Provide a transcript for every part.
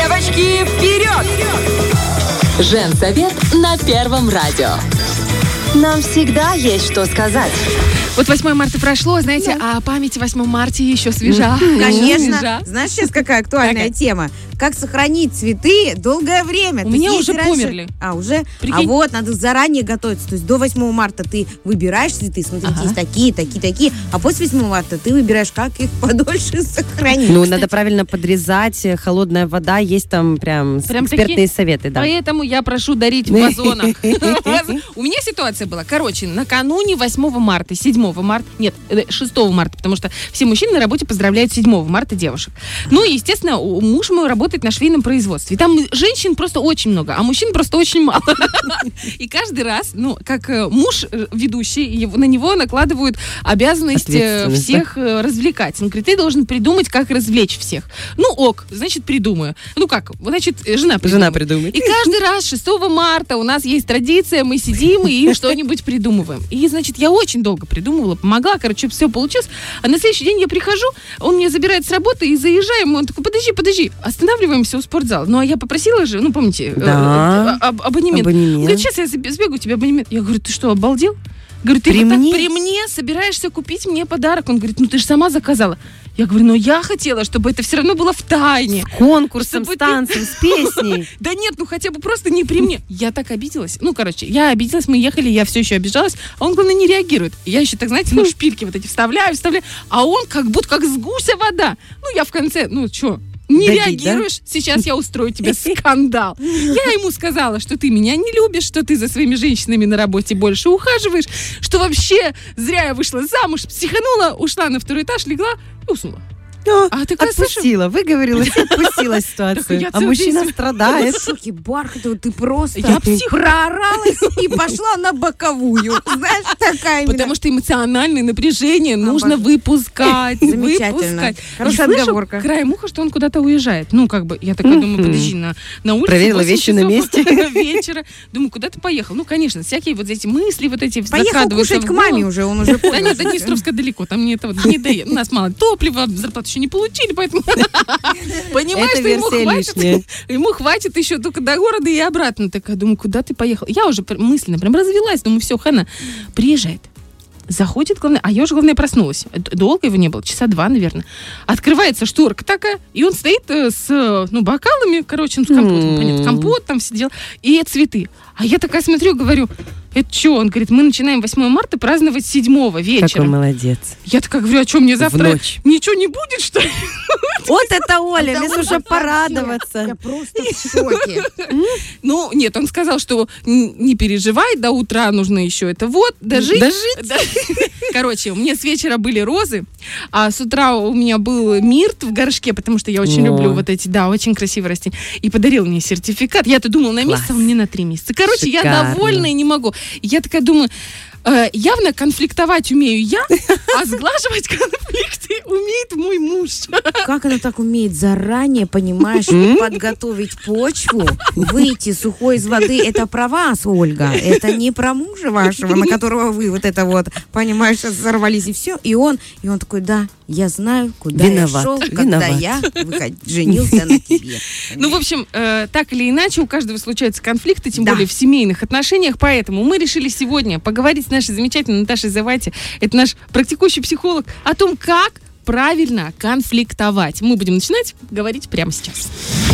Девочки, вперед! Женсовет на Первом радио. Нам всегда есть что сказать. Вот 8 марта прошло, знаете, а память о 8 марта еще свежа. Конечно. Знаешь, сейчас какая актуальная тема? Как сохранить цветы долгое время? У меня уже померли. Уже? Прикинь? А вот, надо заранее готовиться. То есть до 8 марта ты выбираешь цветы, смотри, есть такие. А после 8 марта ты выбираешь, как их подольше сохранить. Ну, надо правильно подрезать, холодная вода, есть там прям экспертные такие? советы. Да. Поэтому я прошу дарить в вазонах. У меня ситуация была. Короче, накануне 8 марта, 7 марта, нет, 6 марта, потому что все мужчины на работе поздравляют 7 марта девушек. Ну, и, естественно, муж мой работает на швейном производстве. И там женщин просто очень много, а мужчин просто очень мало. И каждый раз, ну, как муж ведущий, на него накладывают обязанность всех развлекать. Он говорит, ты должен придумать, как развлечь всех. Ну, ок, значит, придумаю. Ну, как? Значит, жена придумает. И каждый раз 6 марта у нас есть традиция, мы сидим и что-нибудь придумываем. И, значит, я очень долго придумывала, помогла, короче, все получилось. А на следующий день я прихожу, он меня забирает с работы и заезжаем, он такой, подожди, останавливаемся у спортзала. Ну, а я попросила же, ну, помните, абонемент. Он говорит, сейчас я сбегу тебе абонемент. Я говорю, ты что, обалдел? Говорю, ты вот так при мне собираешься купить мне подарок? Он говорит, ну, ты же сама заказала. Я говорю, но я хотела, чтобы это все равно было в тайне. С конкурсом, с танцем, с песней. Да нет, ну хотя бы просто не при мне. Я так обиделась. Ну, короче, я обиделась, мы ехали, я все еще обижалась, а он, главное, не реагирует. Я еще так, знаете, ну, шпильки вот эти вставляю, а он как будто как с гуся вода. Ну, я в конце, ну, что... Не реагируешь? Да? Сейчас я устрою тебе скандал. Я ему сказала, что ты меня не любишь, что ты за своими женщинами на работе больше ухаживаешь, что вообще зря я вышла замуж, психанула, ушла на второй этаж, легла и уснула. А ты отпустила, выговорилась и отпустила ситуацию. А мужчина страдает. Шоки, Бархатова, ты просто прооралась и пошла на боковую. Знаешь, такая. Потому что эмоциональное напряжение нужно выпускать. Замечательно. Хорошая отговорка. Краем уха, что он куда-то уезжает. Ну, как бы, я такая думаю, подожди, на улице. Проверила вещи на месте. Вечера. Думаю, куда ты поехал? Ну, конечно, всякие вот эти мысли, вот эти закрадываются. Поехал кушать к маме уже, он уже понял. Да нет, до Днестровска далеко, там мне это вот не дает. У нас мало топлива, зарплату еще не получили, поэтому понимаешь, что ему хватит еще только до города и обратно. Такая, думаю, куда ты поехал? Я уже мысленно прям развелась, думаю, все, хана. Приезжает. Заходит, главное, а я уже, главное, проснулась. Долго его не было, часа 2, наверное. Открывается шторка такая, и он стоит с бокалами, короче, с компотом, понятно, компот там сидел, и цветы. А я такая смотрю, говорю, это что? Он говорит, мы начинаем 8 марта праздновать 7 вечера. Какой молодец. Я такая говорю, а что, мне завтра ничего не будет, что ли? Вот это Оля, мне нужно порадоваться. Я просто в шоке. Ну, нет, он сказал, что не переживай, до утра нужно еще это вот, дожить. Короче, у меня с вечера были розы, а с утра у меня был мирт в горшке, потому что я очень люблю вот эти, очень красивые растения. И подарил мне сертификат. Я-то думала на месяц, а он мне на 3 месяца. Короче, я довольна и не могу. Я такая думаю, явно конфликтовать умею я, а сглаживать конфликты умеет мой муж. Как она так умеет заранее, понимаешь, подготовить почву, выйти сухой из воды. Это про вас, Ольга. Это не про мужа вашего, на которого вы вот это вот, понимаешь, сорвались и все. И он такой, да, я знаю, куда я шел, когда я женился на тебе. Ну, в общем, так или иначе, у каждого случаются конфликты, тем более в семейных отношениях, поэтому мы решили сегодня поговорить с нашей замечательной Наташей Завайте, это наш практикующий психолог, о том, как правильно конфликтовать. Мы будем начинать говорить прямо сейчас.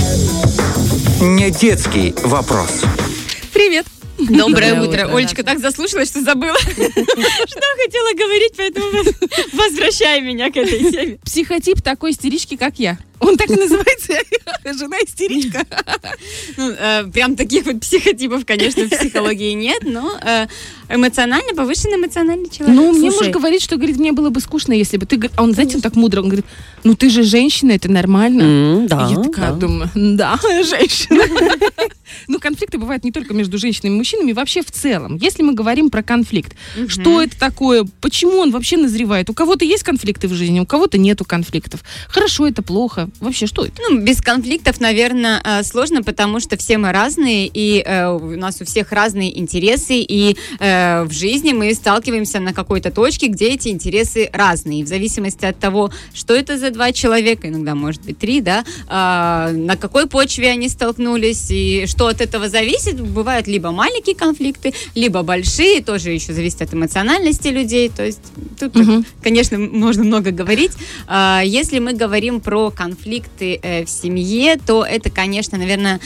Не детский вопрос. Привет. Доброе утро. Олечка так заслушалась, что забыла, что хотела говорить, поэтому возвращай меня к этой теме. Психотип такой истерички, как я. Он так и называется, жена-истеричка. Прям таких вот психотипов, конечно, в психологии нет, но эмоционально, повышенно эмоциональный человек. Ну, мне муж говорит, что, говорит, мне было бы скучно, если бы ты... А он, знаете, он так мудро, он говорит, ну ты же женщина, это нормально. Да. Я такая думаю, да, женщина. Ну, конфликты бывают не только между женщинами и мужчинами, вообще в целом. Если мы говорим про конфликт, что это такое, почему он вообще назревает? У кого-то есть конфликты в жизни, у кого-то нету конфликтов. Хорошо это, плохо? Вообще, что это? Ну, без конфликтов, наверное, сложно, потому что все мы разные, и у нас у всех разные интересы, и в жизни мы сталкиваемся на какой-то точке, где эти интересы разные. И в зависимости от того, что это за два человека, иногда, может быть, три, да, на какой почве они столкнулись, и что от этого зависит, бывают либо маленькие конфликты, либо большие, тоже еще зависит от эмоциональности людей, то есть тут, конечно, можно много говорить. Если мы говорим про конфликты в семье, то это, конечно, наверное,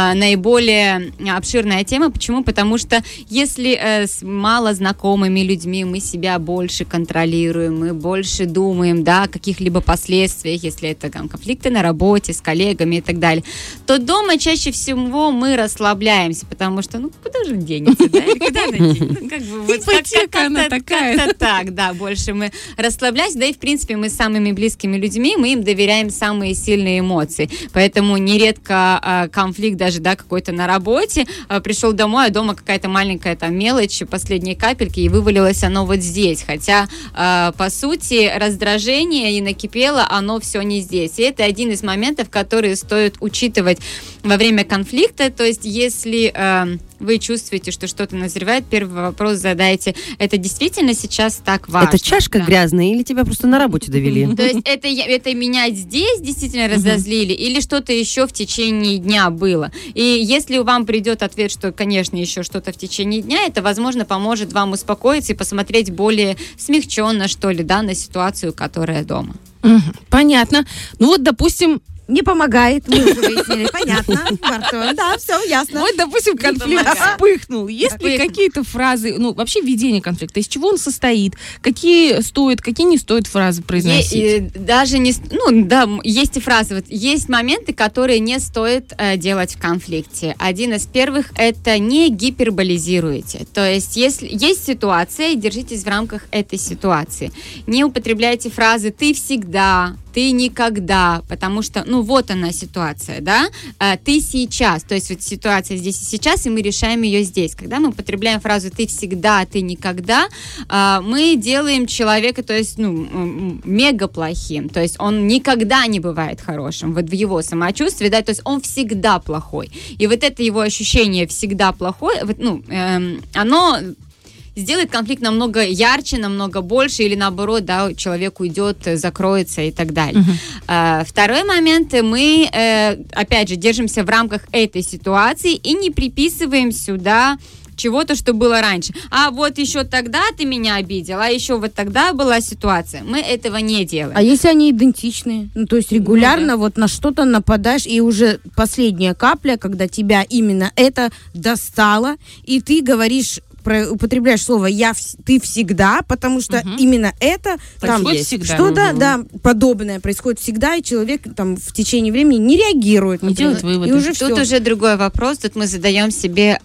наиболее обширная тема. Почему? Потому что если с мало знакомыми людьми мы себя больше контролируем, мы больше думаем, да, о каких-либо последствиях, если это там, конфликты на работе, с коллегами и так далее, то дома чаще всего мы расслабляемся, потому что, ну, куда же денется, да, или куда найти? Ну, как бы, вот, ипотека она такая. Как-то так, да, больше мы расслабляемся, да и, в принципе, мы с самыми близкими людьми, мы им доверяем самые сильные эмоции, поэтому нередко конфликт даже, да, какой-то на работе, пришел домой, а дома какая-то маленькая там мелочь, последние капельки, и вывалилось оно вот здесь, хотя, по сути, раздражение и накипело, оно все не здесь, и это один из моментов, которые стоит учитывать во время конфликта, то есть если вы чувствуете, что что-то назревает, первый вопрос задайте, это действительно сейчас так важно? Это чашка грязная или тебя просто на работе довели? То есть это меня здесь действительно разозлили или что-то еще в течение дня было? И если вам придет ответ, что, конечно, еще что-то в течение дня, это, возможно, поможет вам успокоиться и посмотреть более смягченно, что ли, да, на ситуацию, которая дома. Понятно. Ну вот, допустим, Не помогает, мы уже выяснили, понятно. Да, все, ясно. вот, допустим, конфликт вспыхнул. Есть ли какие-то фразы, ну, вообще введение конфликта, из чего он состоит, какие стоит, какие не стоит фразы произносить? Даже не, ну, да, есть и фразы, вот, есть моменты, которые не стоит делать в конфликте. Один из первых – это не гиперболизируйте. То есть, если есть ситуация, держитесь в рамках этой ситуации. Не употребляйте фразы «ты всегда», «ты никогда», потому что, ну, вот она ситуация, да, «ты сейчас», то есть вот ситуация здесь и сейчас, и мы решаем ее здесь. Когда мы употребляем фразу «ты всегда», «ты никогда», мы делаем человека, то есть, ну, мега плохим, то есть он никогда не бывает хорошим, вот в его самочувствии, да, то есть он всегда плохой. И вот это его ощущение «всегда плохой», вот, ну, оно сделает конфликт намного ярче, намного больше, или наоборот, да, человек уйдет, закроется и так далее. Второй момент, мы, опять же, держимся в рамках этой ситуации и не приписываем сюда чего-то, что было раньше. А вот еще тогда ты меня обидел, а еще вот тогда была ситуация. Мы этого не делаем. А если они идентичные? Ну, то есть регулярно вот на что-то нападаешь, и уже последняя капля, когда тебя именно это достало, и ты говоришь, употребляешь слово ты всегда, потому что именно это там что-то да, подобное происходит всегда, и человек там в течение времени не реагирует. Не делает выводы. И уже тут уже другой вопрос. Тут мы задаем себе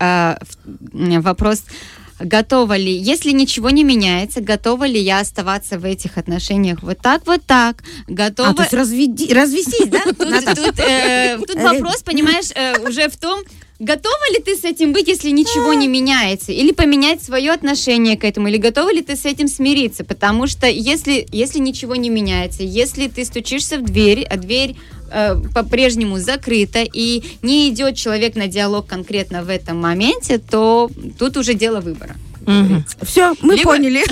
вопрос: готова ли, если ничего не меняется, готова ли я оставаться в этих отношениях вот так, готова... то есть развестись, да? Тут вопрос, понимаешь, уже в том, готова ли ты с этим быть, если ничего не меняется? Или поменять свое отношение к этому? Или готова ли ты с этим смириться? Потому что если ничего не меняется, если ты стучишься в дверь, а дверь по-прежнему закрыта, и не идет человек на диалог конкретно в этом моменте, то тут уже дело выбора. Все, мы поняли.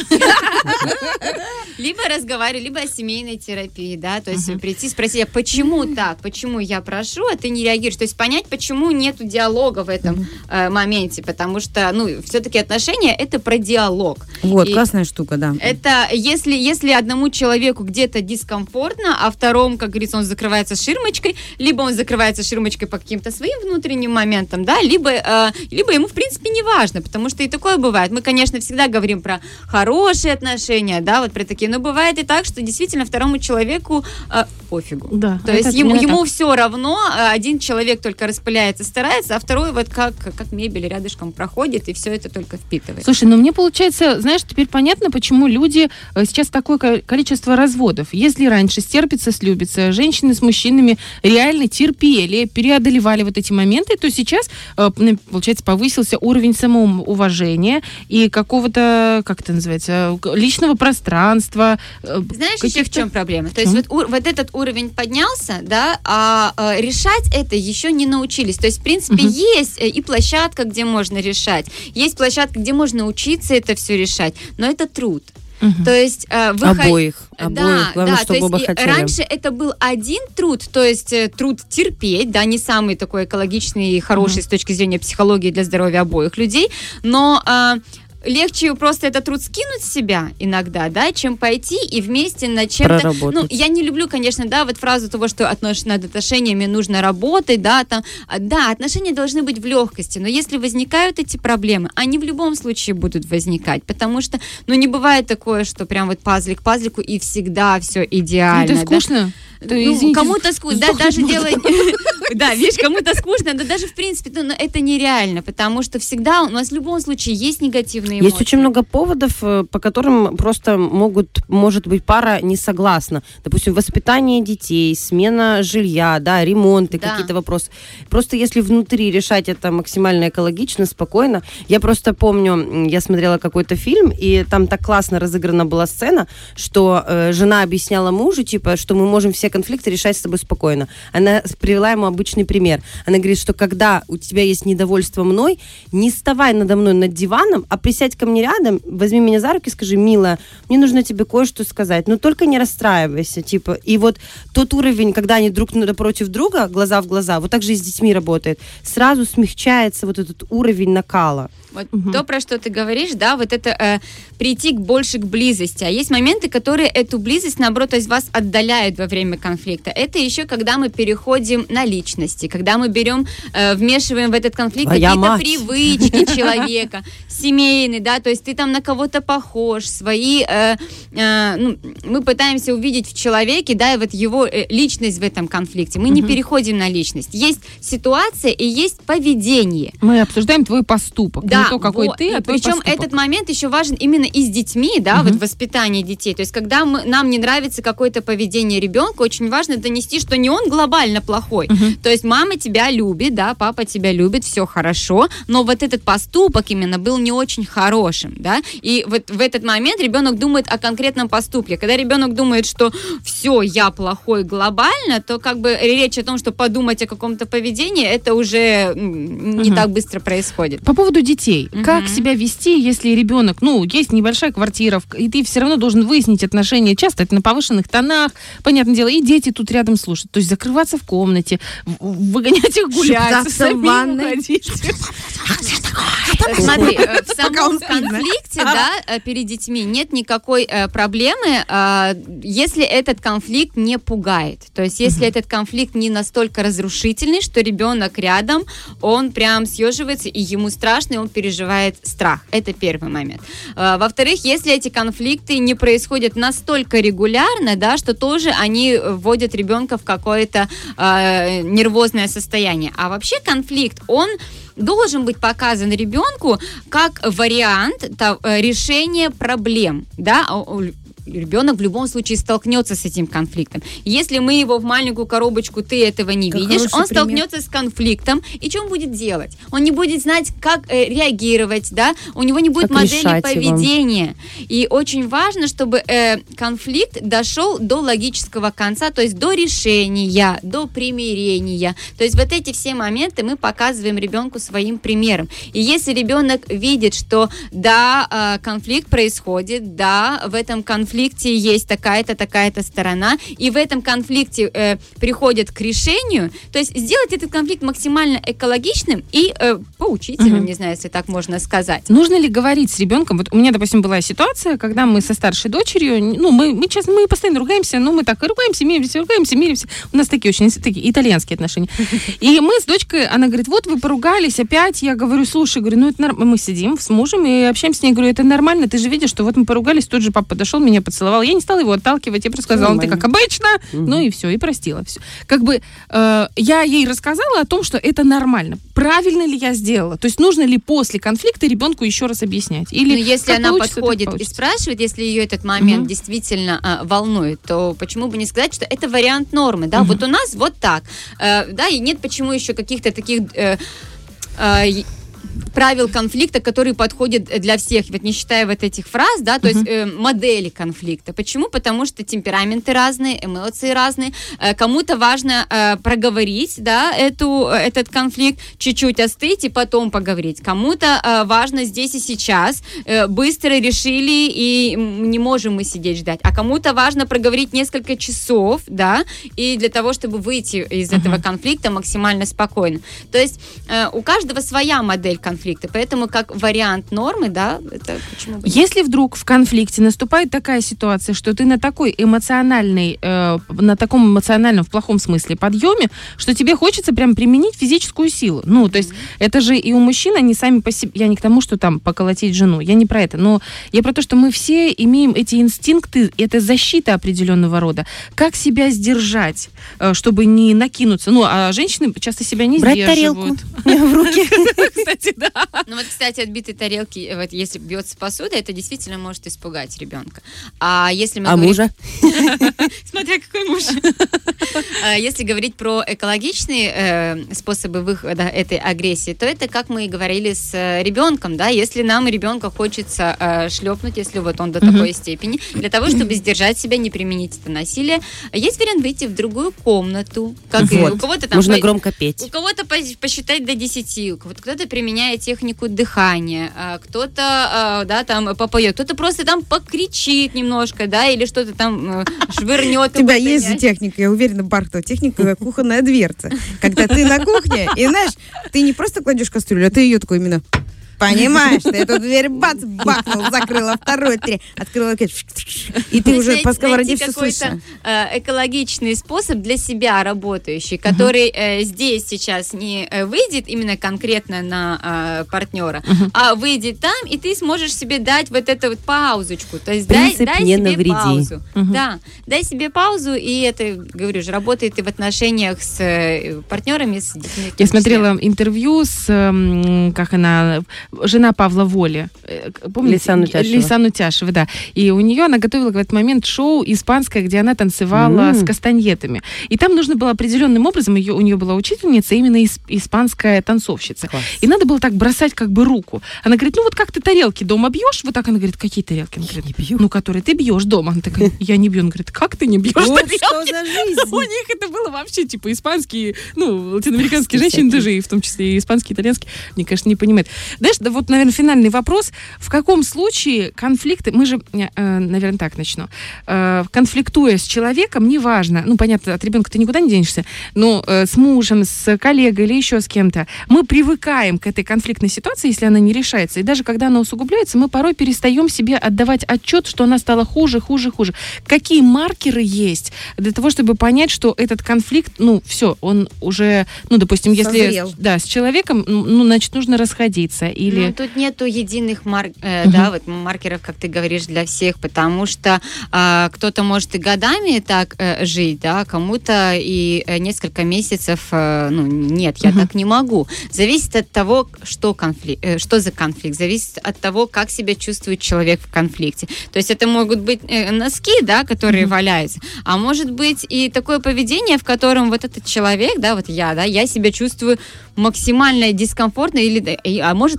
Либо разговаривать, либо о семейной терапии, да, то есть прийти, спросить, а почему так, почему я прошу, а ты не реагируешь, то есть понять, почему нету диалога в этом моменте, потому что, ну, все-таки отношения — это про диалог. Вот, и классная штука, да. Это если одному человеку где-то дискомфортно, а второму, как говорится, он закрывается ширмочкой, либо он закрывается ширмочкой по каким-то своим внутренним моментам, да, либо ему, в принципе, не важно, потому что и такое бывает. Мы, конечно, всегда говорим про хорошие отношения, отношения, да, вот про такие. Но бывает и так, что действительно второму человеку пофигу. Да, то есть ему все равно, один человек только распыляется, старается, а второй вот как мебель рядышком проходит, и все это только впитывает. Слушай, ну мне получается, знаешь, теперь понятно, почему люди сейчас такое количество разводов. Если раньше стерпится, слюбится, женщины с мужчинами реально терпели, преодолевали вот эти моменты, то сейчас, получается, повысился уровень самоуважения и какого-то, как это называется, личного пространства. Знаешь, еще в чем проблема? То есть вот этот уровень поднялся, да, а решать это еще не научились. То есть, в принципе, есть и площадка, где можно решать, есть площадка, где можно учиться это все решать, но это труд. То есть обоих. Главное, чтобы оба хотели. Раньше это был один труд, то есть труд терпеть, да, не самый такой экологичный и хороший с точки зрения психологии для здоровья обоих людей, но легче просто этот труд скинуть с себя иногда, да, чем пойти и вместе над чем-то... Проработать. Ну, я не люблю, конечно, да, вот фразу того, что над отношениями нужно работать, да, там, да, отношения должны быть в легкости, но если возникают эти проблемы, они в любом случае будут возникать, потому что, ну, не бывает такое, что прям вот пазлик к пазлику и всегда все идеально. Это скучно? Ну, кому-то скучно, да, даже делать... Да, видишь, кому-то скучно, да даже в принципе, ну, это нереально, потому что всегда у нас в любом случае есть негативные эмоции. Есть очень много поводов, по которым просто может быть пара не согласна. Допустим, воспитание детей, смена жилья, да, ремонты, какие-то вопросы. Просто если внутри решать это максимально экологично, спокойно. Я просто помню, я смотрела какой-то фильм, и там так классно разыграна была сцена, что жена объясняла мужу, типа, что мы можем все конфликты решать с тобой спокойно. Она привела ему обычный пример. Она говорит, что когда у тебя есть недовольство мной, не вставай надо мной над диваном, а присядь ко мне рядом, возьми меня за руки и скажи: милая, мне нужно тебе кое-что сказать, но только не расстраивайся, типа. И вот тот уровень, когда они друг напротив друга, глаза в глаза, вот так же и с детьми работает, сразу смягчается вот этот уровень накала. Вот то, про что ты говоришь, да, вот это прийти больше к близости. А есть моменты, которые эту близость, наоборот, из вас отдаляют во время конфликта. Это еще когда мы переходим на личности, когда мы вмешиваем в этот конфликт какие-то привычки человека, семейные, да, то есть ты там на кого-то похож, свои, мы пытаемся увидеть в человеке, да, и вот его личность в этом конфликте. Мы не переходим на личность. Есть ситуация и есть поведение. Мы обсуждаем твой поступок. Да, не то, какой ты, а твой причем поступок. этот момент еще важен именно и с детьми, да, вот воспитание детей. То есть, когда нам не нравится какое-то поведение ребенка, очень важно донести, что не он глобально плохой. То есть, мама тебя любит, да, папа тебя любит, все хорошо, но вот этот поступок именно был не очень хорошим, да, и вот в этот момент ребенок думает о конкретном поступке. Когда ребенок думает, что все, я плохой глобально, то как бы речь о том, что подумать о каком-то поведении, это уже не так быстро происходит. По поводу детей. Как себя вести, если ребенок, есть небольшая квартира, и ты все равно должен выяснить отношения. Часто это на повышенных тонах, понятное дело, и дети тут рядом слушают. То есть закрываться в комнате, выгонять их гулять, самим уходить. Смотри, в самом конфликте, да, перед детьми нет никакой проблемы, если этот конфликт не пугает. То есть, если этот конфликт не настолько разрушительный, что ребенок рядом, он прям съеживается, и ему страшно, и он переживает страх. Это первый момент. Во-вторых, если эти конфликты не происходят настолько регулярно, да, что тоже они вводят ребенка в какое-то нервозное состояние. А вообще конфликт, он должен быть показан ребенку как вариант решения проблем, да, ребенок в любом случае столкнется с этим конфликтом. Если мы его в маленькую коробочку, ты этого не видишь, он столкнется с конфликтом, и что он будет делать? Он не будет знать, как реагировать, да? У него не будет как модели поведения. И очень важно, чтобы конфликт дошел до логического конца, то есть до решения, до примирения. То есть вот эти все моменты мы показываем ребенку своим примером. И если ребенок видит, что да, конфликт происходит, да, в этом конфликте конфликте есть такая-то сторона, и в этом конфликте приходят к решению, то есть сделать этот конфликт максимально экологичным и поучительным, не знаю, если так можно сказать. Нужно ли говорить с ребенком? Вот у меня, допустим, была ситуация, когда мы со старшей дочерью, ну, мы честно, мы постоянно ругаемся, но мы так и ругаемся, миримся. У нас такие очень такие итальянские отношения. И мы с дочкой, она говорит, вот вы поругались опять. Я говорю, слушай, говорю, ну это нормально. Мы сидим с мужем и общаемся с ней. Говорю, это нормально, ты же видишь, что вот мы поругались, тут же папа подошел, меня поцеловал. Я не стала его отталкивать, я просто сказала, ты как обычно. Ну и все, и простила. Все. Как бы я ей рассказала о том, что это нормально. Правильно ли я сделала? То есть нужно ли после конфликта ребенку еще раз объяснять? Или если она подходит и спрашивает, если ее этот момент действительно волнует, то почему бы не сказать, что это вариант нормы, да, вот у нас вот так, да, и нет почему еще каких-то таких правил конфликта, которые подходят для всех, вот не считая вот этих фраз, да, то есть модели конфликта. Почему? Потому что темпераменты разные, эмоции разные. Кому-то важно проговорить, да, этот конфликт, чуть-чуть остыть и потом поговорить. Кому-то важно здесь и сейчас, быстро решили и не можем мы сидеть ждать. А кому-то важно проговорить несколько часов, да, и для того, чтобы выйти из этого конфликта максимально спокойно. То есть у каждого своя модель конфликта, поэтому как вариант нормы, да, это почему бы нет? Если вдруг в конфликте наступает такая ситуация, что ты на такой эмоциональной, на таком эмоциональном, в плохом смысле, подъеме, что тебе хочется прям применить физическую силу. Ну, то есть это же и у мужчин, они сами по себе, я не к тому, что там поколотить жену, я не про это, но я про то, что мы все имеем эти инстинкты, это защита определенного рода. Как себя сдержать, чтобы не накинуться? Ну, а женщины часто себя не сдерживают. Брать тарелку в руки. Кстати, да. Ну вот, кстати, отбитые тарелки, вот если бьется посуда, это действительно может испугать ребенка. А если мы говорим... мужа? Смотря какой муж. Если говорить про экологичные способы выхода этой агрессии, то это, как мы и говорили с ребенком, да, если нам ребенка хочется шлепнуть, если вот он до такой степени, для того, чтобы сдержать себя, не применить это насилие, есть вариант выйти в другую комнату, как и у кого-то там... Можно громко петь. У кого-то посчитать до 10, у кого-то кто-то применяет технику дыхания, кто-то, да, там попоет, кто-то просто там покричит немножко, да, или что-то там швырнет. У тебя есть же техника, я уверена, Бархтова, техника кухонная дверца. Когда ты на кухне, и знаешь, ты не просто кладешь кастрюлю, а ты ее такой именно... Понимаешь, ты эту дверь бац, бахнул, закрыла, вторую, открыла, и ты уже по сковороде все слышишь. Какой-то экологичный способ для себя работающий, который здесь сейчас не выйдет именно конкретно на партнера, а выйдет там, и ты сможешь себе дать вот эту вот паузочку. То есть дай себе паузу. Да, дай себе паузу, и это, говорю же, работает и в отношениях с партнерами, с детьми. Я смотрела интервью с, как она... жена Павла Воли. Помните? Лиса Нутяшева, да. И у нее она готовила в этот момент шоу испанское, где она танцевала с кастаньетами. И там нужно было определенным образом, у нее была учительница, именно испанская танцовщица. Класс. И надо было так бросать как бы руку. Она говорит, ну вот как ты тарелки дома бьешь? Вот так она говорит, какие тарелки? Она говорит, не бью. Ну, которые ты бьешь дома. Она такая, я не бью. Она говорит, как ты не бьешь тарелки? Что за жизнь? У них это было вообще типа испанские, ну, латиноамериканские женщины тоже, и в том числе и испанские, итальянские, мне, конечно, не понимают. Знаешь, да вот, наверное, финальный вопрос. В каком случае конфликты... Мы же, наверное, так начну. Конфликтуя с человеком, неважно, ну, понятно, от ребенка ты никуда не денешься, но с мужем, с коллегой или еще с кем-то, мы привыкаем к этой конфликтной ситуации, если она не решается. И даже когда она усугубляется, мы порой перестаем себе отдавать отчет, что она стала хуже. Какие маркеры есть для того, чтобы понять, что этот конфликт, ну, все, он уже, ну, допустим, если с человеком, ну, значит, нужно расходиться. Или... Ну, тут нету единых да, вот маркеров, как ты говоришь, для всех, потому что кто-то может и годами так жить, да, кому-то и несколько месяцев, ну, нет, я так не могу. Зависит от того, что за конфликт, зависит от того, как себя чувствует человек в конфликте. То есть это могут быть носки, да, которые валяются, а может быть и такое поведение, в котором вот этот человек, да, вот я себя чувствую максимально дискомфортно, а может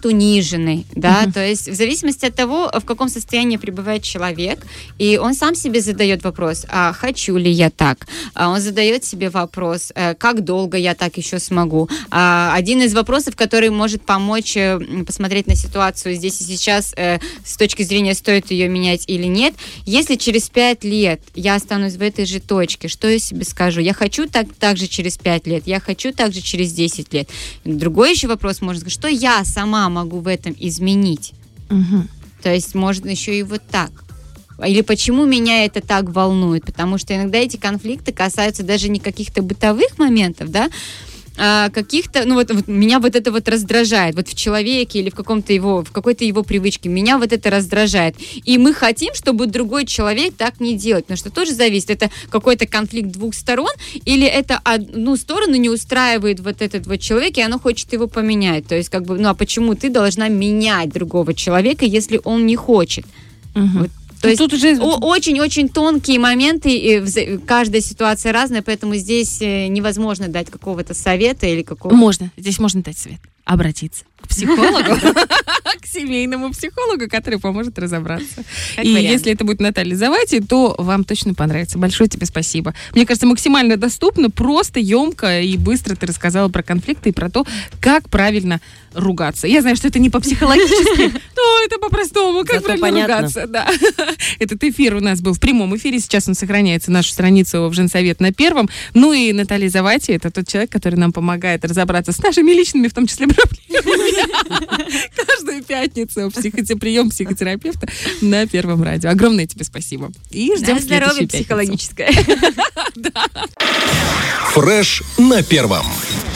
униженной, да, то есть в зависимости от того, в каком состоянии пребывает человек, и он сам себе задает вопрос, а хочу ли я так? Он задает себе вопрос, как долго я так еще смогу? Один из вопросов, который может помочь посмотреть на ситуацию здесь и сейчас с точки зрения, стоит ее менять или нет. Если через 5 лет я останусь в этой же точке, что я себе скажу? Я хочу так же через 5 лет, я хочу так же через 10 лет. Другой еще вопрос можно сказать, что я сама могу в этом изменить? То есть можно еще и вот так. Или почему меня это так волнует? Потому что иногда эти конфликты касаются даже не каких-то бытовых моментов, да, каких-то, вот меня вот это вот раздражает, вот в человеке или в какой-то его привычке, меня вот это раздражает. И мы хотим, чтобы другой человек так не делал, потому что тоже зависит, это какой-то конфликт двух сторон, или это одну сторону не устраивает вот этот вот человек, и она хочет его поменять. То есть, а почему ты должна менять другого человека, если он не хочет? Вот. То есть тут уже очень-очень тонкие моменты, и каждая ситуация разная, поэтому здесь невозможно дать какого-то совета или какого-то... Здесь можно дать совет. Обратиться к психологу, к семейному психологу, который поможет разобраться. И если это будет Наталья Завати, то вам точно понравится. Большое тебе спасибо. Мне кажется, максимально доступно, просто, емко и быстро ты рассказала про конфликты и про то, как правильно ругаться. Я знаю, что это не по-психологически, но это по-простому, как правильно ругаться. Да. Этот эфир у нас был в прямом эфире, сейчас он сохраняется, нашу страницу в Женсовет на Первом. Ну и Наталья Завати — это тот человек, который нам помогает разобраться с нашими личными, в том числе, проблемами. Каждую пятницу прием психотерапевта на Первом радио. Огромное тебе спасибо. И ждем в следующую пятницу. Здоровье психологическое. Фреш на Первом.